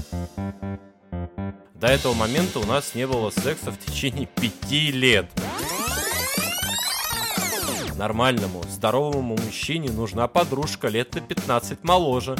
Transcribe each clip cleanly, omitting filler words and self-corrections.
До этого момента у нас не было секса в течение 5 лет. Нормальному, здоровому мужчине нужна подружка лет на 15 моложе.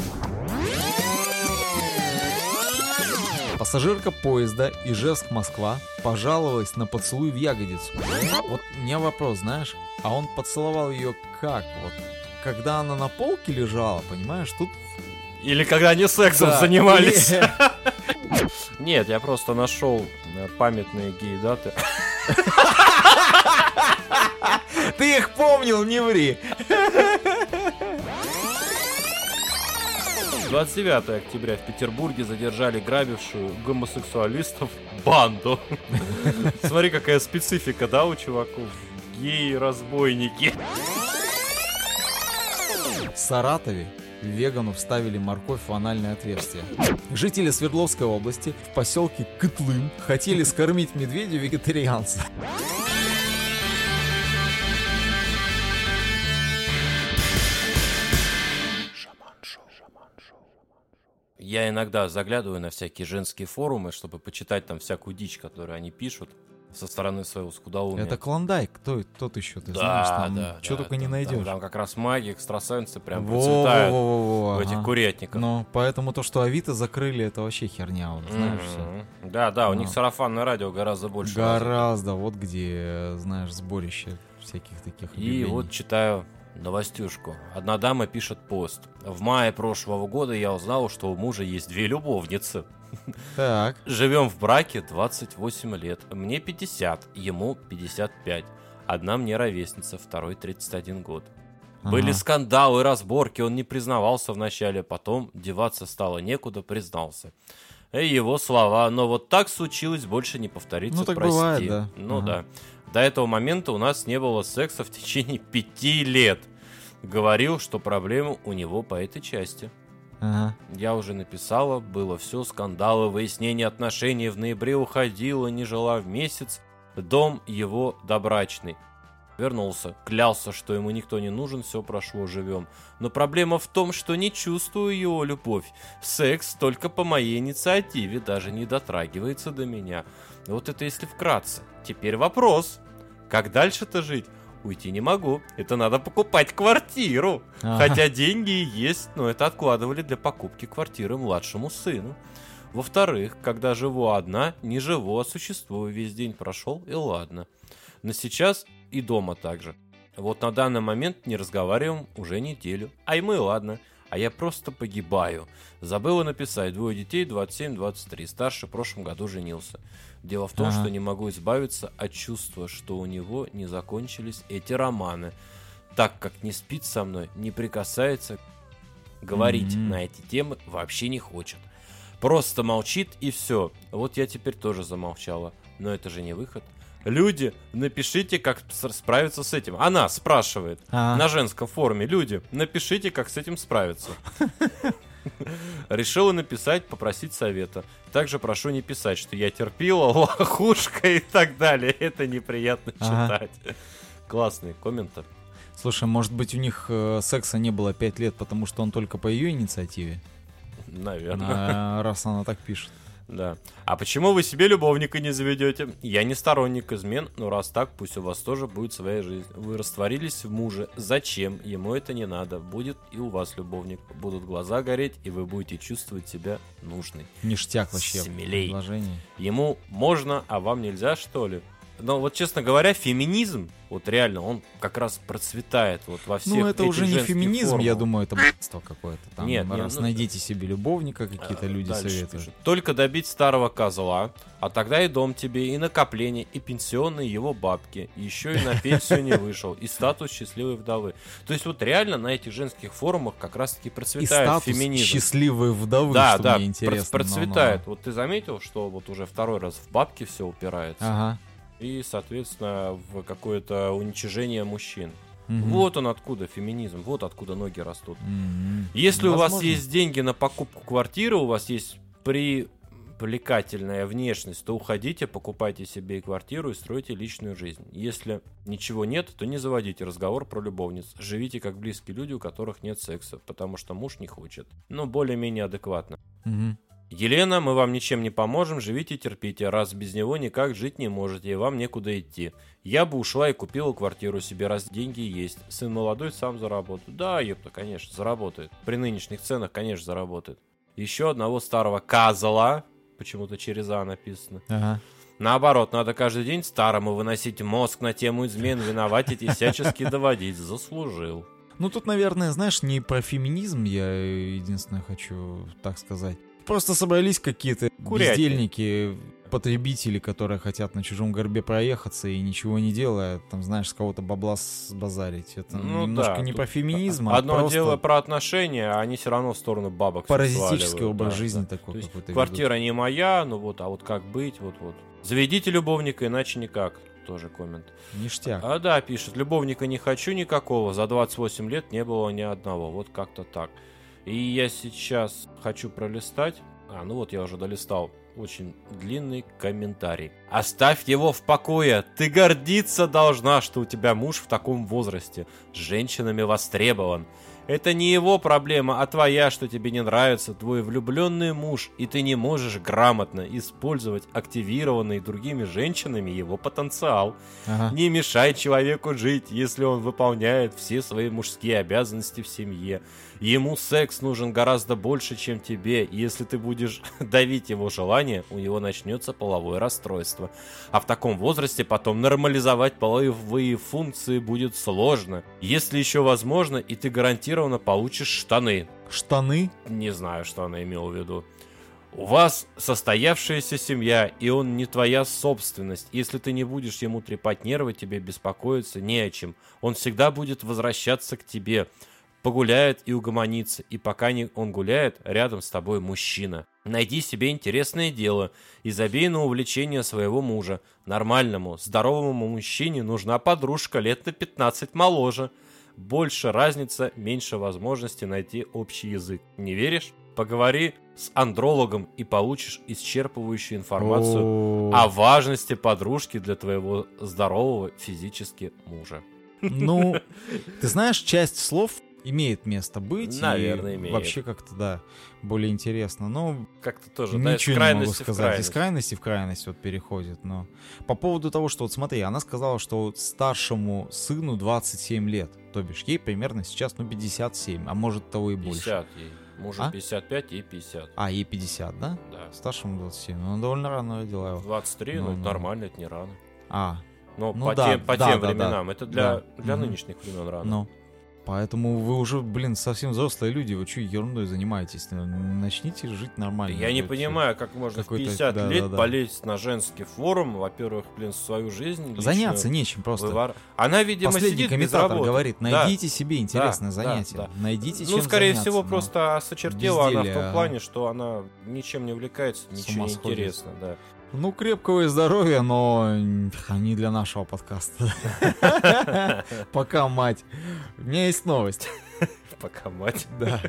Пассажирка поезда Ижевск-Москва пожаловалась на поцелуй в ягодицу. Вот у меня вопрос, знаешь, а он поцеловал ее как? Вот когда она на полке лежала, понимаешь, тут... Или когда они сексом занимались. Нет, я просто нашел памятные гей-даты. Ты их помнил, не ври. 29 октября в Петербурге задержали грабившую гомосексуалистов банду. Смотри, какая специфика, да, у чуваков? Геи-разбойники. В Саратове вегану вставили морковь в анальное отверстие. Жители Свердловской области в поселке Кытлым хотели скормить медведя вегетарианца. Я иногда заглядываю на всякие женские форумы, чтобы почитать там всякую дичь, которую они пишут со стороны своего скудоумия. Это Клондайк, тот еще, ты Да, знаешь, там да, что только не найдешь. Там как раз маги, экстрасенсы прям процветают в этих курятниках. Ну, поэтому то, что Авито закрыли, это вообще херня, вот, знаешь, все. Да, у них сарафанное радио гораздо больше. Гораздо, вот где, знаешь, сборище всяких таких объявлений. И вот читаю новостюшку. Одна дама пишет пост. В мае прошлого года я узнала, что у мужа есть 2 любовницы. Так. Живем в браке 28 лет. Мне 50, ему 55. Одна мне ровесница, второй 31 год. Были скандалы, разборки, он не признавался вначале, потом деваться стало некуда, признался. Его слова, но вот так случилось, больше не повторится, так прости. бывает, да. Да. До этого момента у нас не было секса в течение 5 лет. Говорил, что проблема у него по этой части. Я уже написала, было все, скандалы, выяснение отношений, в ноябре уходила, не жила в месяц. Дом его добрачный. Вернулся, клялся, что ему никто не нужен, все прошло, живем. Но проблема в том, что не чувствую его любовь. Секс только по моей инициативе, даже не дотрагивается до меня. Вот это если вкратце. Теперь вопрос. Как дальше-то жить? Уйти не могу. Это надо покупать квартиру. Хотя деньги есть, но это откладывали для покупки квартиры младшему сыну. Во-вторых, когда живу одна, не живу, а существую. Весь день прошел, и ладно. Но сейчас и дома также. Вот на данный момент не разговариваем уже неделю. Ай мы, ладно. А я просто погибаю. Забыла написать. 2 детей, 27-23. Старший в прошлом году женился. Дело в том, что не могу избавиться от чувства, что у него не закончились эти романы. Так как не спит со мной, не прикасается, говорить на эти темы вообще не хочет. Просто молчит и все. Вот я теперь тоже замолчала. Но это же не выход. Люди, напишите, как справиться с этим. Она спрашивает на женском форуме. Люди, напишите, как с этим справиться. Решила написать, попросить совета. Также прошу не писать, что я терпила, лохушка и так далее. Это неприятно читать. Классные комменты. Слушай, может быть, у них секса не было 5 лет, потому что он только по ее инициативе? Наверное. Раз она так пишет. Да. А почему вы себе любовника не заведете? Я не сторонник измен, но раз так, пусть у вас тоже будет своя жизнь. Вы растворились в муже. Зачем? Ему это не надо. Будет и у вас любовник. Будут глаза гореть, и вы будете чувствовать себя нужной. Ништяк вообще. Смелей. Предложение. Ему можно, а вам нельзя, что ли? Но вот, честно говоря, феминизм, вот реально, он как раз процветает вот во всех этих Ну, это уже не феминизм, формах. Я думаю, это б***ство какое-то. Там, Нет, найдите себе любовника, какие-то люди советуют. Пишет. Только добить старого козла, а тогда и дом тебе, и накопление, и пенсионные его бабки. Еще и на пенсию не вышел, и статус счастливой вдовы. То есть вот реально на этих женских форумах как раз-таки процветает феминизм. Счастливой вдовы, да, что мне интересно. Процветает. Вот ты заметил, что вот уже второй раз в бабки все упирается? Ага. И, соответственно, в какое-то уничижение мужчин. Вот он откуда феминизм, вот откуда ноги растут. Если у вас есть деньги на покупку квартиры, у вас есть привлекательная внешность, то уходите, покупайте себе и квартиру и стройте личную жизнь. Если ничего нет, то не заводите разговор про любовниц. Живите как близкие люди, у которых нет секса, потому что муж не хочет. Но более-менее адекватно. Елена, мы вам ничем не поможем, живите, терпите, раз без него никак жить не можете, и вам некуда идти. Я бы ушла и купила квартиру себе, раз деньги есть. Сын молодой, сам заработает. Да, ёпта, конечно, заработает. При нынешних ценах, конечно, заработает. Еще одного старого козла, почему-то через А написано. Ага. Наоборот, надо каждый день старому выносить мозг на тему измен, виноватить и всячески доводить. Заслужил. Ну, тут, наверное, знаешь, не про феминизм я единственное хочу так сказать. Просто собрались какие-то бездельники, потребители, которые хотят на чужом горбе проехаться и ничего не делая, там, знаешь, с кого-то бабла сбазарить. Это немножко не про феминизм, а одно дело про отношения, а они все равно в сторону бабок паразитический образ жизни такой какой-то. Квартира ведут. Не моя, ну вот, а вот как быть, вот. Заведите любовника, иначе никак. Тоже коммент. Ништяк. Да, пишет, любовника не хочу никакого, за 28 лет не было ни одного, вот как-то так. И я сейчас хочу пролистать. Ну вот я уже долистал. Очень длинный комментарий. Оставь его в покое. Ты гордиться должна, что у тебя муж в таком возрасте. С женщинами востребован. Это не его проблема, а твоя, что тебе не нравится твой влюбленный муж, и ты не можешь грамотно использовать активированный другими женщинами его потенциал. Ага. Не мешай человеку жить, если он выполняет все свои мужские обязанности в семье. Ему секс нужен гораздо больше, чем тебе, и если ты будешь давить его желание, у него начнется половое расстройство. А в таком возрасте потом нормализовать половые функции будет сложно. Если еще возможно, и ты гарантированно получишь штаны. Штаны? Не знаю, что она имела в виду. У вас состоявшаяся семья, и он не твоя собственность. Если ты не будешь ему трепать нервы, тебе беспокоиться не о чем. Он всегда будет возвращаться к тебе. Погуляет и угомонится, и пока он гуляет, рядом с тобой мужчина. Найди себе интересное дело и забей на увлечение своего мужа. Нормальному, здоровому мужчине нужна подружка лет на 15 моложе. Больше разница, меньше возможности найти общий язык. Не веришь? Поговори с андрологом и получишь исчерпывающую информацию о важности подружки для твоего здорового физически мужа. Ну, ты знаешь, часть слов имеет место быть. Наверное, имеет. Вообще как-то, да, более интересно. Но как-то тоже, ничего не могу сказать. Из крайности в крайность вот переходит. Но по поводу того, что вот смотри, она сказала, что старшему сыну 27 лет. То бишь ей примерно сейчас, 57, а может того и больше. 50 ей. Мужу 55, ей 50. Ей 50, да? Да. Старшему 27. Ну, довольно рано родила его. 23, это нормально, это не рано. Но ну, по тем временам. Это для нынешних времен рано. Ну. Поэтому вы уже, совсем взрослые люди, вы что ерундой занимаетесь? Начните жить нормально. Я не понимаю, как можно в 50 лет полезть на женский форум, во-первых, свою жизнь. Заняться нечем просто. Она, видимо, последний сидит комментатор без работы. говорит, найдите себе интересное занятие. Да. Найдите чем скорее заняться, всего, просто сочертела она в том плане, что она ничем не увлекается, ничего не интересно. Да. Крепкого и здоровья, но не для нашего подкаста. Пока, мать. У меня есть новость. Пока, мать. Да.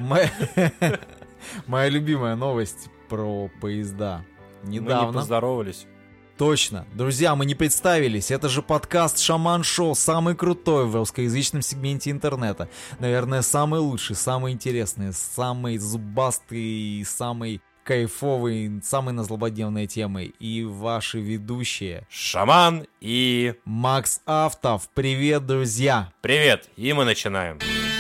Моя любимая новость про поезда. Недавно. Мы не поздоровались. Точно. Друзья, мы не представились. Это же подкаст «Шаман Шоу», самый крутой в русскоязычном сегменте интернета. Наверное, самый лучший, самый интересный, самый зубастый, самый кайфовый, самой на злободневные темы. И ваши ведущие Шаман и Макс Автов. Привет, друзья! Привет! И мы начинаем.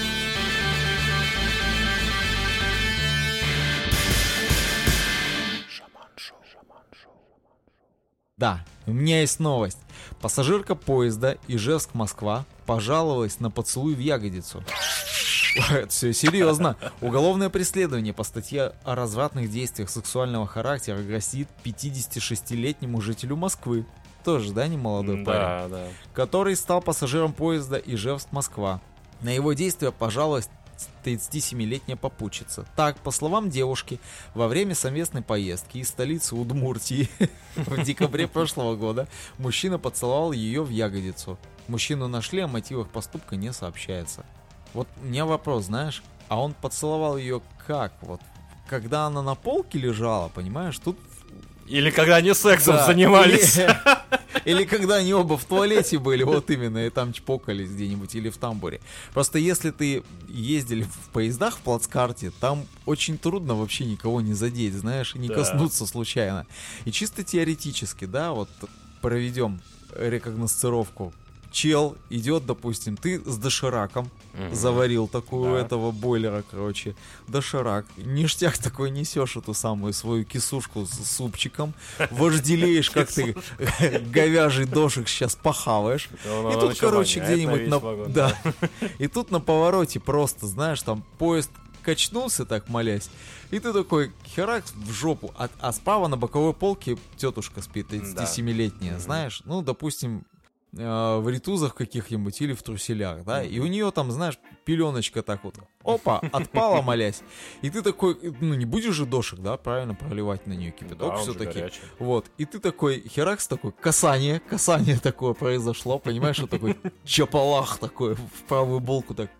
Да, у меня есть новость. Пассажирка поезда Ижевск-Москва пожаловалась на поцелуй в ягодицу. Это все серьезно. Уголовное преследование по статье о развратных действиях сексуального характера грозит 56-летнему жителю Москвы. Тоже, да, не молодой парень? Да. Который стал пассажиром поезда Ижевск-Москва. На его действия пожаловалась 37-летняя попутчица. Так, по словам девушки, во время совместной поездки из столицы Удмуртии в декабре прошлого года мужчина поцеловал ее в ягодицу. Мужчину нашли, о мотивах поступка не сообщается. Вот у меня вопрос, знаешь, а он поцеловал ее как? Вот, когда она на полке лежала, понимаешь, тут Или когда они сексом занимались. Или когда они оба в туалете были, вот именно, и там чпокались где-нибудь, или в тамбуре. Просто если ты ездили в поездах в плацкарте, там очень трудно вообще никого не задеть, знаешь, и не коснуться случайно. И чисто теоретически, да, вот проведем рекогносцировку. Чел идет, допустим, ты с дошираком заварил такую этого бойлера, короче, доширак, ништяк такой несешь эту самую свою кисушку с супчиком, вожделеешь, как ты говяжий дошик сейчас похаваешь, и тут, короче, где-нибудь и тут на повороте просто, знаешь, там поезд качнулся так, молясь, и ты такой, херак в жопу, а справа на боковой полке тетушка спит, 37-летняя, знаешь, ну, допустим, в ритузах каких-нибудь или в труселях, да, и у нее там, знаешь, пеленочка так вот, опа, отпала, молясь, и ты такой, ну, не будешь же дошек, да, правильно, проливать на нее кипяток, да, все-таки, вот, и ты такой, херакс такой, касание такое произошло, понимаешь, что такой чапалах такой, в правую булку так.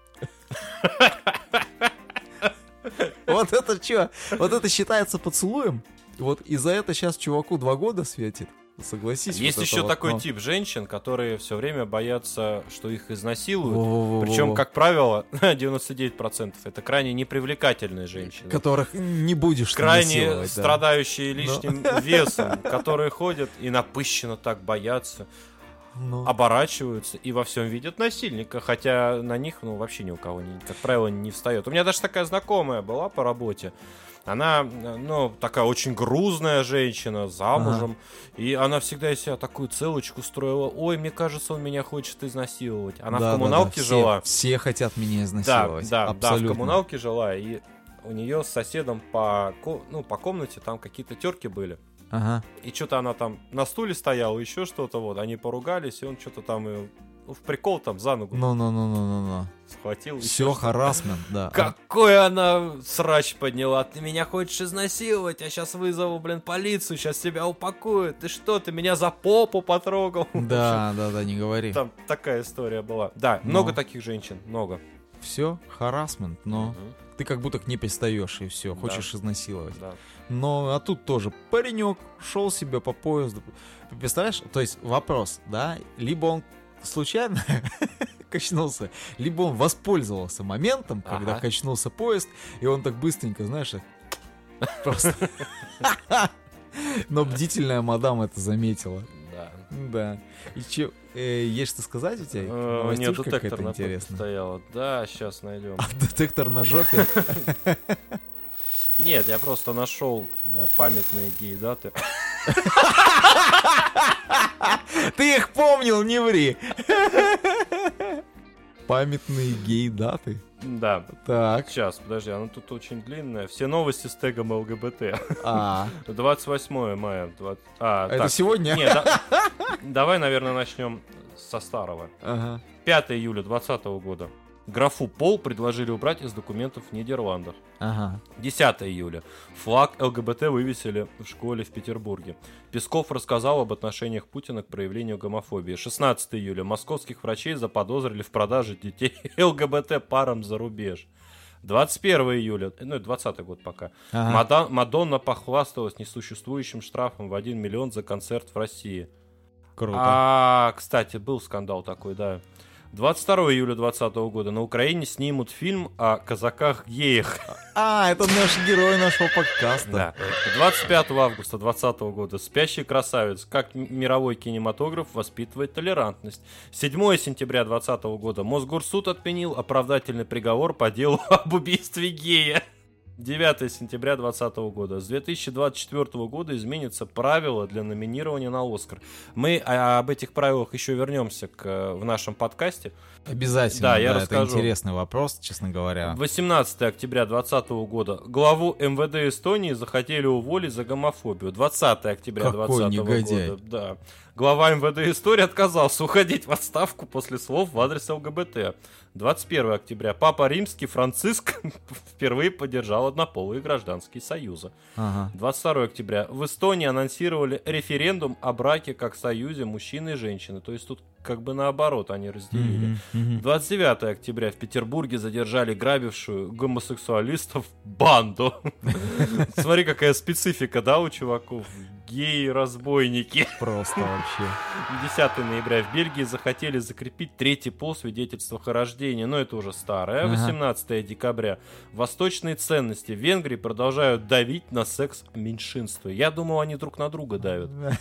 Вот это что? Вот это считается поцелуем? Вот и за это сейчас чуваку 2 года светит. Согласись. Есть вот еще вот, такой тип женщин, которые все время боятся, что их изнасилуют. Причем, как правило, 99% это крайне непривлекательные женщины. Которых не будешь крайне страдающие лишним весом, которые ходят и напыщенно так боятся. Оборачиваются и во всем видят насильника, хотя на них, ну, вообще ни у кого, как правило, не встает. У меня даже такая знакомая была по работе. Она, ну, такая очень грузная женщина, замужем, и она всегда из себя такую целочку строила. Ой, мне кажется, он меня хочет изнасиловать. Она в коммуналке жила. Все хотят меня изнасиловать. Да, в коммуналке жила, и у нее с соседом по комнате там какие-то терки были. И что-то она там на стуле стояла, еще что-то, вот, они поругались, и он что-то там ее в прикол там за ногу схватил. Все, харассмент, да. Какой она срач подняла, ты меня хочешь изнасиловать, я сейчас вызову, полицию, сейчас тебя упакуют, ты что, ты меня за попу потрогал? Да, не говори. Там такая история была. Да, много таких женщин, много. Все, харассмент, но ты как будто к ней пристаешь и все, хочешь изнасиловать. Да. Но, а тут тоже паренек шел себе по поезду. Представляешь, то есть вопрос, да, либо он случайно качнулся, либо он воспользовался моментом, когда качнулся поезд, и он так быстренько, знаешь, просто... Но бдительная мадам это заметила. Да. И че, есть что сказать у тебя? Нет, детектор на попе стоял. Да, сейчас найдем. Детектор на жопе? Нет, я просто нашел памятные гей-даты. Ты их помнил, не ври. Памятные гей-даты? Да. Так. Сейчас, подожди, оно тут очень длинное. Все новости с тегом ЛГБТ. 28 мая. Это так. Сегодня? Нет, давай, наверное, начнем со старого. 5 июля 2020 года. Графу «пол» предложили убрать из документов в Нидерландах. 10 июля. Флаг ЛГБТ вывесили в школе в Петербурге. Песков рассказал об отношениях Путина к проявлению гомофобии. 16 июля. Московских врачей заподозрили в продаже детей ЛГБТ парам за рубеж. 21 июля, 20-й год пока. Мадонна похвасталась несуществующим штрафом в 1 миллион за концерт в России. Круто. Кстати, был скандал такой, да. 22 июля 2020 года на Украине снимут фильм о казаках-геях. Это наш герой нашего подкаста. Да. 25 августа 2020 года «Спящий красавец. Как мировой кинематограф воспитывает толерантность». 7 сентября 2020 года Мосгорсуд отменил оправдательный приговор по делу об убийстве гея. 9 сентября 2020 года. С 2024 года изменятся правила для номинирования на «Оскар». Мы об этих правилах еще вернемся в нашем подкасте. Обязательно, да, я расскажу. Это интересный вопрос, честно говоря. 18 октября 2020 года. Главу МВД Эстонии захотели уволить за гомофобию. 20 октября 2020 года. Да. Глава МВД Эстонии отказался уходить в отставку после слов в адрес ЛГБТ. 21 октября. Папа Римский Франциск впервые поддержал однополые гражданские союзы. 22 октября. В Эстонии анонсировали референдум о браке как союзе мужчины и женщины. То есть тут как бы наоборот они разделили. 29 октября в Петербурге задержали грабившую гомосексуалистов банду. Смотри, какая специфика, да, у чуваков. Геи-разбойники. Просто вообще. 10 ноября в Бельгии захотели закрепить третий пол в свидетельствах о рождении, но это уже старое. 18 декабря. Восточные ценности в Венгрии продолжают давить на секс-меньшинство. Я думал, они друг на друга давят. 2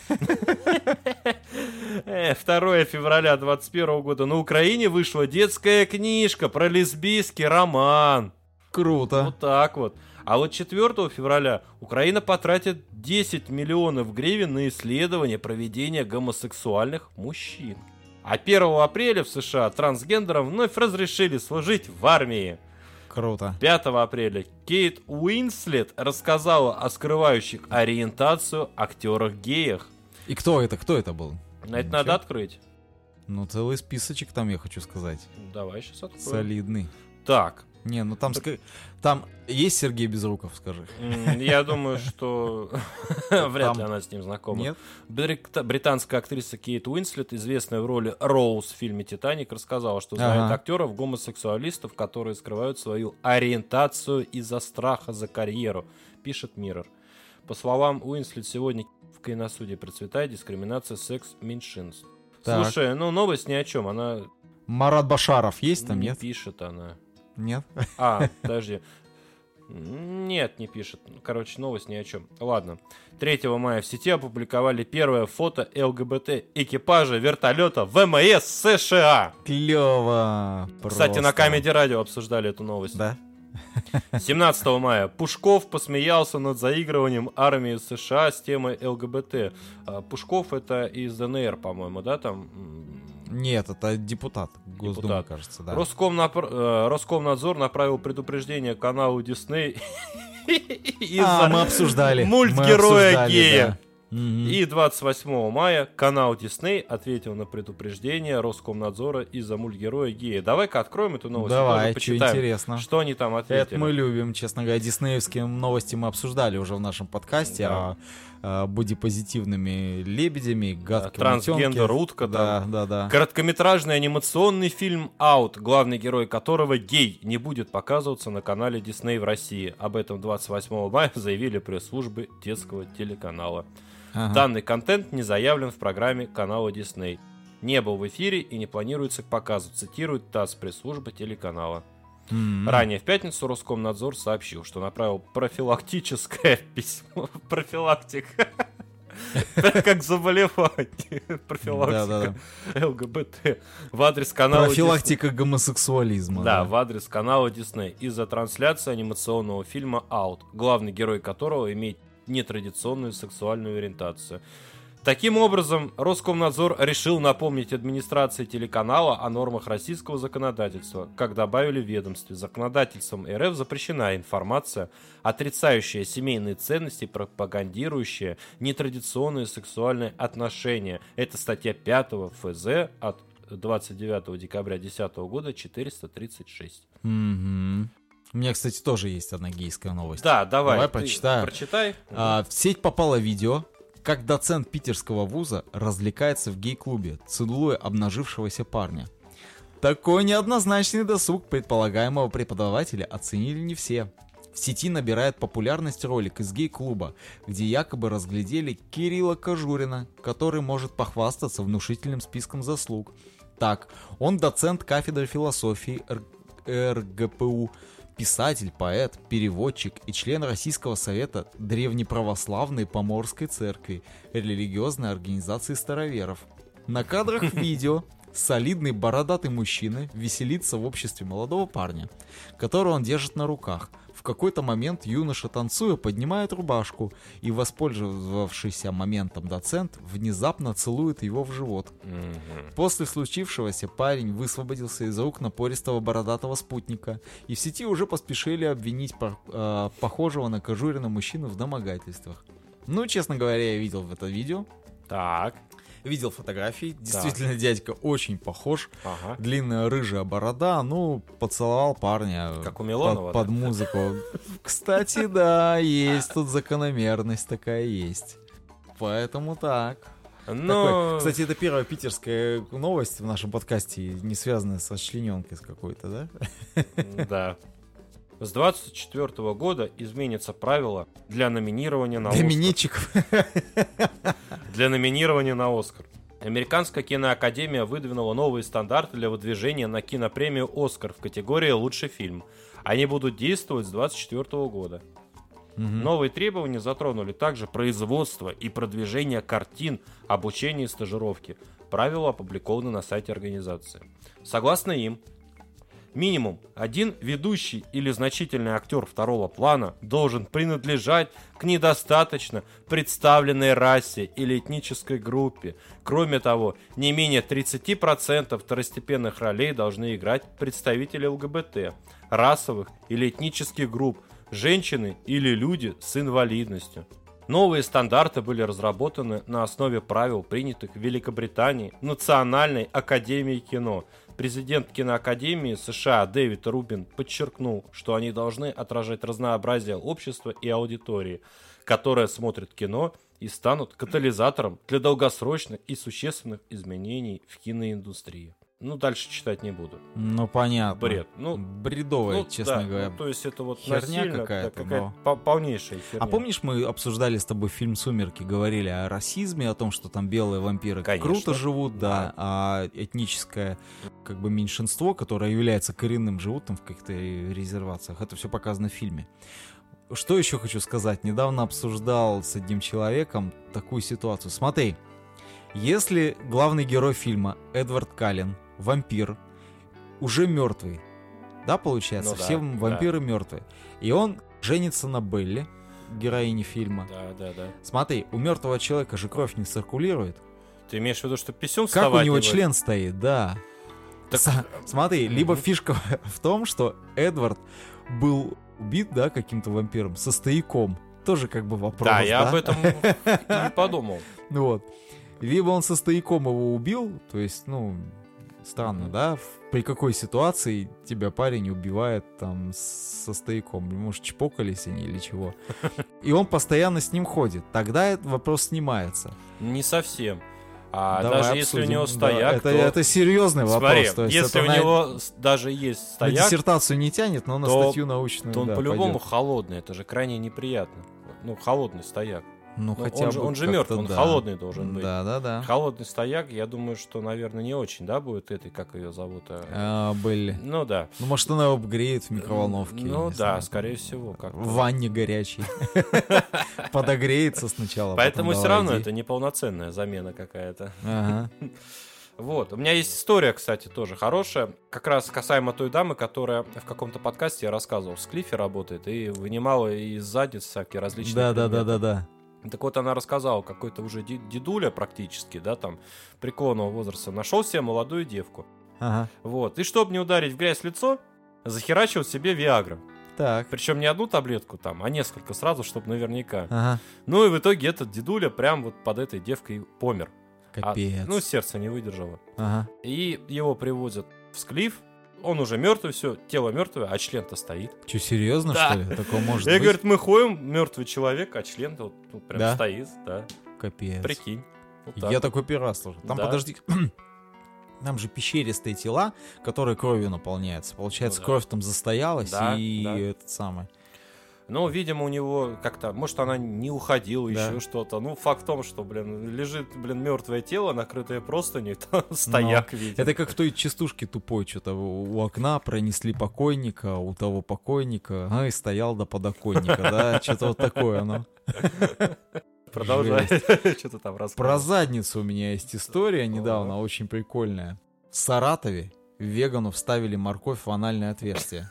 февраля 21 года на Украине вышла детская книжка про лесбийский роман. Круто. Вот так вот. А вот 4 февраля Украина потратит 10 миллионов гривен на исследование проведения гомосексуальных мужчин. А 1 апреля в США трансгендерам вновь разрешили служить в армии. Круто. 5 апреля Кейт Уинслет рассказала о скрывающих ориентацию актерах-геях. И кто это? Кто это был? Это надо открыть. Ну, целый списочек там, я хочу сказать. Давай сейчас откроем. Солидный. Так. Не, ну там есть Сергей Безруков, скажи. Я думаю, что вряд ли она с ним знакома. Нет? Британская актриса Кейт Уинслет, известная в роли Роуз в фильме «Титаник», рассказала, что знает актеров-гомосексуалистов, которые скрывают свою ориентацию из-за страха за карьеру, пишет Mirror. По словам Уинслет, сегодня в киносуде процветает дискриминация секс-меньшинств. Слушай, ну новость ни о чем, она... Марат Башаров есть там, нет? Пишет она. Нет? Подожди. Нет, не пишет. Короче, новость ни о чем. Ладно. 3 мая в сети опубликовали первое фото ЛГБТ экипажа вертолета ВМС США. Клево. Кстати, на Comedy Radio обсуждали эту новость. Да? 17 мая Пушков посмеялся над заигрыванием армии США с темой ЛГБТ. Пушков это из ДНР, по-моему, да, там... Нет, это депутат Госдумы, кажется, да. Роскомнадзор направил предупреждение каналу Disney мы обсуждали. Мультгероя гея. И 28 мая канал Disney ответил на предупреждение Роскомнадзора из-за мультгероя гея. Давай-ка откроем эту новость. Давай, и почитаем, интересно. что они там ответили. Это мы любим, честно говоря. Диснеевские новости мы обсуждали уже в нашем подкасте. Да. Бодипозитивными лебедями, гадкие трансгендер утка. Да. Короткометражный анимационный фильм «Аут», главный герой которого гей, не будет показываться на канале Disney в России. Об этом 28 мая заявили пресс-службы детского телеканала. Данный контент не заявлен в программе канала Disney. Не был в эфире и не планируется к показу, цитирует ТАСС пресс-служба телеканала. Ранее в пятницу Роскомнадзор сообщил, что направил профилактическое письмо. Профилактика. Как заболевание. Профилактика ЛГБТ. В адрес канала профилактика гомосексуализма. Да, в адрес канала Disney. Из-за трансляции анимационного фильма «Out», главный герой которого имеет нетрадиционную сексуальную ориентацию. Таким образом, Роскомнадзор решил напомнить администрации телеканала о нормах российского законодательства, как добавили в ведомстве. Законодательством РФ запрещена информация, отрицающая семейные ценности, пропагандирующая нетрадиционные сексуальные отношения. Это статья 5 ФЗ от 29 декабря 2010 года 436. У меня, кстати, тоже есть одна гейская новость. Да, давай прочитаю. Прочитай. В сеть попало видео, как доцент питерского вуза развлекается в гей-клубе, целуя обнажившегося парня. Такой неоднозначный досуг предполагаемого преподавателя оценили не все. В сети набирает популярность ролик из гей-клуба, где якобы разглядели Кирилла Кожурина, который может похвастаться внушительным списком заслуг. Так, он доцент кафедры философии РГПУ, писатель, поэт, переводчик и член Российского совета Древнеправославной Поморской церкви, религиозной организации староверов. На кадрах видео солидный бородатый мужчина веселится в обществе молодого парня, которого он держит на руках. В какой-то момент юноша, танцуя, поднимает рубашку и, воспользовавшийся моментом доцент, внезапно целует его в живот. После случившегося парень высвободился из рук напористого бородатого спутника, и в сети уже поспешили обвинить похожего на Кожурина мужчину в домогательствах. Ну, честно говоря, я видел в это видео. Так. Видел фотографии, действительно, дядька очень похож. Ага. Длинная рыжая борода, ну, поцеловал парня. Как у Милонова, под музыку. Кстати, да, есть тут закономерность такая есть. Поэтому так. Но... Кстати, это первая питерская новость в нашем подкасте, не связанная со члененкой с какой-то, да? Да. С 2024 года изменится правило для номинирования на Оскар. Для минетчиков. Для номинирования на Оскар. Американская киноакадемия выдвинула новые стандарты для выдвижения на кинопремию «Оскар» в категории «Лучший фильм». Они будут действовать с 2024 года. Новые требования затронули также производство и продвижение картин, обучение и стажировки. Правила опубликованы на сайте организации. Согласно им, минимум один ведущий или значительный актер второго плана должен принадлежать к недостаточно представленной расе или этнической группе. Кроме того, не менее 30% второстепенных ролей должны играть представители ЛГБТ, расовых или этнических групп, женщины или люди с инвалидностью. Новые стандарты были разработаны на основе правил, принятых в Великобритании Национальной академией кино. Президент киноакадемии США Дэвид Рубин подчеркнул, что они должны отражать разнообразие общества и аудитории, которая смотрит кино, и станут катализатором для долгосрочных и существенных изменений в киноиндустрии. Ну, дальше читать не буду. Ну, понятно. Бред. Бредовая, честно говоря. то есть это вот херня насильно, какая-то. Полнейшая херня. А помнишь, мы обсуждали с тобой фильм «Сумерки», говорили о расизме, о том, что там белые вампиры круто живут, да, а этническое как бы меньшинство, которое является коренным, живут там в каких-то резервациях. Это все показано в фильме. Что еще хочу сказать? Недавно обсуждал с одним человеком такую ситуацию. Смотри, если главный герой фильма Эдвард Каллен, вампир, уже мертвый, да, получается? Ну, да, все вампиры мертвые. И он женится на Белле, героине фильма. Да. Смотри, у мертвого человека же кровь не циркулирует. Ты имеешь в виду, что писюн вставать? Как у него член стоит, да. Смотри, либо фишка в том, что Эдвард был убит, да, каким-то вампиром со стояком. Тоже как бы вопрос, да? Я об этом не подумал. Вот. Либо он со стояком его убил, то есть, странно, да? При какой ситуации тебя парень убивает там со стояком? Может, чпокались они или чего? И он постоянно с ним ходит. Тогда этот вопрос снимается. Не совсем. Давай даже обсудим. если у него стояк, да, это серьезный вопрос. Смотри, то есть если у него даже есть стояк, на диссертацию не тянет, но на статью научную, то он да, по-любому пойдет. холодный. Это же крайне неприятно. Холодный стояк. Хотя бы он же мертвый, он холодный должен быть. Да. Холодный стояк, я думаю, что, наверное, не очень, да, будет этой, как ее зовут? Белли. Ну да. Может, она его обгреет в микроволновке. Скорее всего. Как-то. В ванне горячей. Подогреется сначала. Поэтому все равно это неполноценная замена какая-то. Вот. У меня есть история, кстати, тоже хорошая. Как раз касаемо той дамы, которая в каком-то подкасте, я рассказывал, в Склифе работает и вынимала из задниц всякие различные предметы. Да. Так вот, она рассказала, какой-то уже дедуля практически, да, там, преклонного возраста, нашел себе молодую девку. Ага. Вот. И чтобы не ударить в грязь лицо, захерачивал себе Виагру. Так. Причем не одну таблетку там, а несколько сразу, чтобы наверняка. Ага. Ну и в итоге этот дедуля прям вот под этой девкой помер. Капец. Сердце не выдержало. Ага. И его привозят в Склиф. Он уже мертвый, все, тело мертвое, а член-то стоит. Че, серьезно, да. что ли? Такое может быть? быть? Говорит, мы ходим, мертвый человек, а член-то вот прям стоит, да. Капец. Прикинь. Я такой первый раз слышал. Там, подожди, там же пещеристые тела, которые кровью наполняются. Получается, кровь там застоялась, этот самый... Ну, видимо, у него как-то, может, она не уходила, еще что-то. Факт в том, что, лежит, мертвое тело, накрытое простыней, стояк видит. Это как в той частушке тупой, что-то у окна пронесли покойника, у того покойника, и стоял до подоконника, да, что-то вот такое, Продолжай, что-то там рассказывать. Про задницу у меня есть история недавно, очень прикольная. В Саратове вегану вставили морковь в анальное отверстие.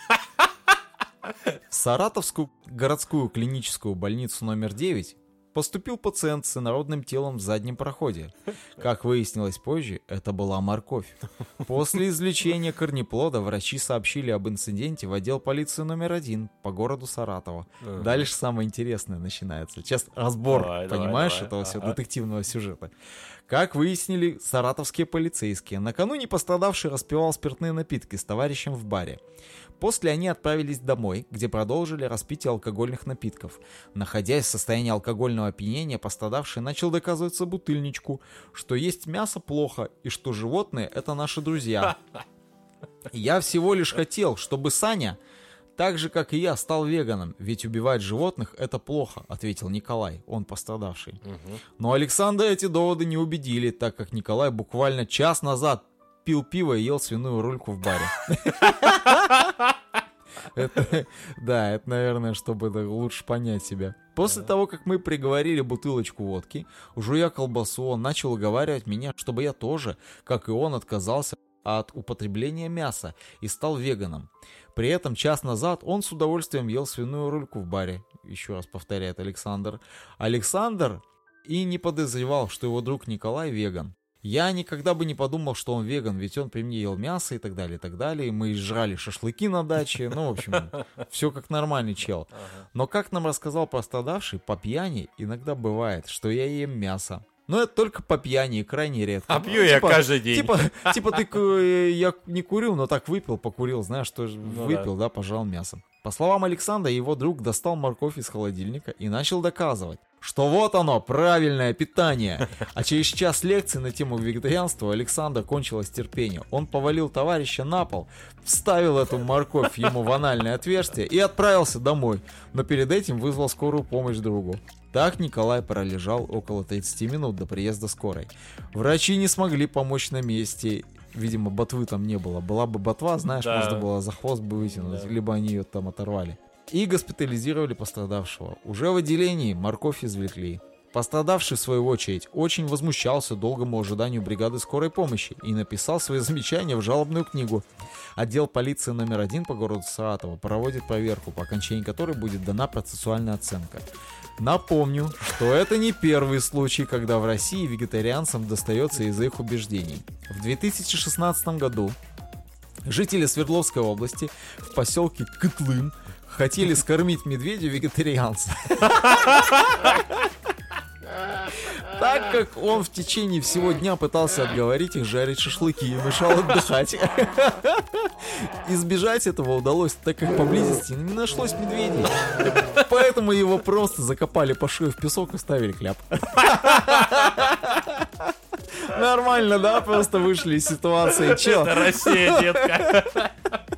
В Саратовскую городскую клиническую больницу номер 9 поступил пациент с инородным телом в заднем проходе. Как выяснилось позже, это была морковь. После извлечения корнеплода врачи сообщили об инциденте в отдел полиции номер 1 по городу Саратова. Дальше самое интересное начинается. Сейчас разбор, понимаешь, этого всего детективного сюжета. Как выяснили саратовские полицейские, накануне пострадавший распивал спиртные напитки с товарищем в баре. После они отправились домой, где продолжили распитие алкогольных напитков. Находясь в состоянии алкогольного сильного опьянения пострадавший начал доказывать собутыльничку, что есть мясо плохо и что животные — это наши друзья. Я всего лишь хотел, чтобы Саня, так же, как и я, стал веганом, ведь убивать животных — это плохо, ответил Николай, он пострадавший. Но Александра эти доводы не убедили, так как Николай буквально час назад пил пиво и ел свиную рульку в баре. Да, это, наверное, чтобы лучше понять себя. После того, как мы приговорили бутылочку водки, жуя колбасу, он начал уговаривать меня, чтобы я тоже, как и он, отказался от употребления мяса и стал веганом. При этом час назад он с удовольствием ел свиную рульку в баре. Еще раз повторяет Александр. Александр и не подозревал, что его друг Николай веган. Я никогда бы не подумал, что он веган, ведь он при мне ел мясо и так далее, и так далее. Мы жрали шашлыки на даче, ну, в общем, все как нормальный чел. Но, как нам рассказал пострадавший, по пьяни иногда бывает, что я ем мясо. Но это только по пьяни, крайне редко. А пью я каждый день. Я не курил, но так выпил, покурил, знаешь, что выпил, да, пожрал мясо. По словам Александра, его друг достал морковь из холодильника и начал доказывать, что вот оно, правильное питание. А через час лекции на тему вегетарианства у Александра кончилось терпение. Он повалил товарища на пол, вставил эту морковь ему в анальное отверстие и отправился домой. Но перед этим вызвал скорую помощь другу. Так Николай пролежал около 30 минут до приезда скорой. Врачи не смогли помочь на месте. Видимо, ботвы там не было. Была бы ботва, знаешь, да. Можно было за хвост бы вытянуть, да. Либо они ее там оторвали. И госпитализировали пострадавшего. Уже в отделении морковь извлекли. Пострадавший, в свою очередь, очень возмущался долгому ожиданию бригады скорой помощи и написал свои замечания в жалобную книгу. Отдел полиции номер 1 по городу Саратова проводит проверку, по окончании которой будет дана процессуальная оценка. Напомню, что это не первый случай, когда в России вегетарианцам достается из-за их убеждений. В 2016 году жители Свердловской области в поселке Кытлым хотели скормить медведю вегетарианца. Так как он в течение всего дня пытался отговорить их жарить шашлыки и мешал отдыхать. Избежать этого удалось, так как поблизости не нашлось медведей. Поэтому его просто закопали по шею в песок и ставили кляп. Нормально, да? Просто вышли из ситуации. Чё? Это Россия, детка.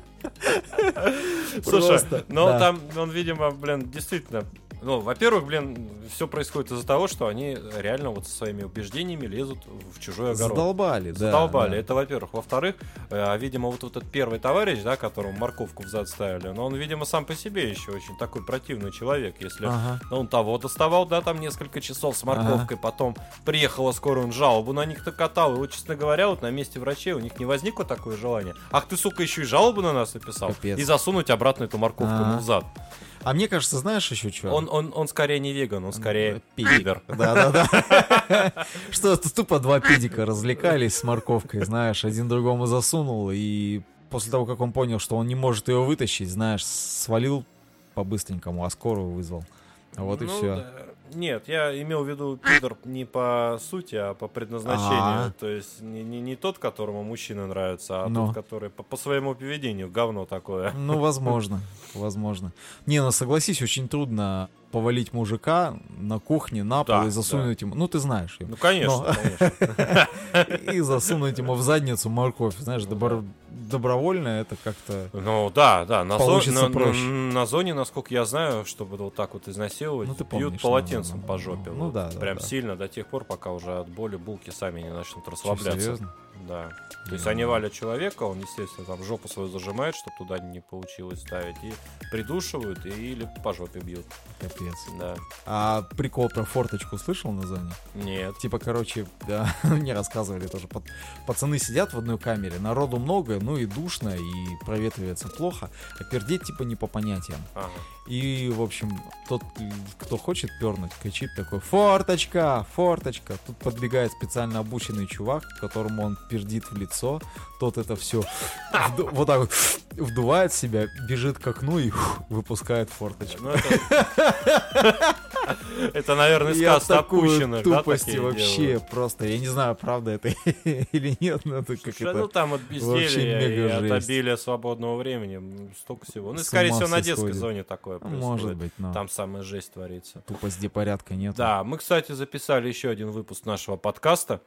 Слушай, ну там, он, видимо, действительно... Ну, во-первых, все происходит из-за того, что они реально вот со своими убеждениями лезут в чужой огород. Задолбали, это во-первых. Во-вторых, видимо, вот этот первый товарищ, да, которому морковку взад ставили, но он, видимо, сам по себе еще очень такой противный человек. Если он того доставал, да, там несколько часов с морковкой, потом приехала скорая, он жалобу на них накатал. И вот, честно говоря, вот на месте врачей у них не возникло такое желание. Ах ты, сука, еще и жалобу на нас написал. Капец. И засунуть обратно эту морковку ему взад. А мне кажется, знаешь еще что? Он скорее не веган, он скорее пидор. Да. Что тупо два пидика развлекались с морковкой, знаешь, один другому засунул, и после того, как он понял, что он не может ее вытащить, знаешь, свалил по-быстренькому, а скорую вызвал. Вот и все. Да. Нет, я имел в виду пидор не по сути, а по предназначению. То есть не тот, которому мужчины нравятся, а тот, который по своему поведению говно такое. Ну, возможно. Не, ну согласись, очень трудно повалить мужика на кухне на пол и засунуть ему. Ну, ты знаешь. Ну, конечно. И засунуть ему в задницу морковь. Знаешь, добровольно это как-то. Ну да. Получится проще. На зоне, насколько я знаю, чтобы вот так вот изнасиловать, бьют полотенцем по жопе. Ну да. Прям сильно до тех пор, пока уже от боли булки сами не начнут расслабляться. Серьезно? Да. То есть они валят человека, он, естественно, там жопу свою зажимает, чтобы туда не получилось ставить, и придушивают, или по жопе бьют. Капец. Да. А прикол про форточку слышал на зоне? Нет. Типа, короче, да, мне рассказывали тоже. Пацаны сидят в одной камере, народу много, ну и душно, и проветривается плохо, а пердеть типа не по понятиям. Ага. И, в общем, тот, кто хочет пернуть, кричит такой: форточка, форточка. Тут подбегает специально обученный чувак, которому он пердит в лицо, тот это все вот так вот вдувает в себя, бежит к окну и выпускает форточку. Это, наверное, сказ опущенных, да, тупости вообще просто. Я не знаю, правда это или нет, но это как это... Ну, там от безделья и от обилия свободного времени столько всего. Ну, скорее всего, на детской зоне такое происходит. Может быть, но... Там самая жесть творится. Тупость, где порядка нет. Да, мы, кстати, записали еще один выпуск нашего подкаста.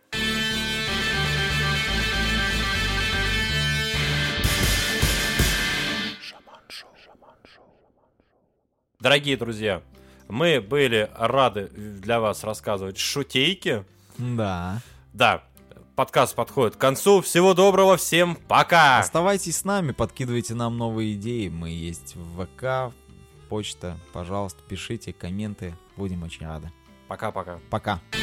Дорогие друзья, мы были рады для вас рассказывать шутейки. Да. Да, подкаст подходит к концу. Всего доброго, всем пока! Оставайтесь с нами, подкидывайте нам новые идеи. Мы есть в ВК, почта. Пожалуйста, пишите комменты. Будем очень рады. Пока-пока. Пока.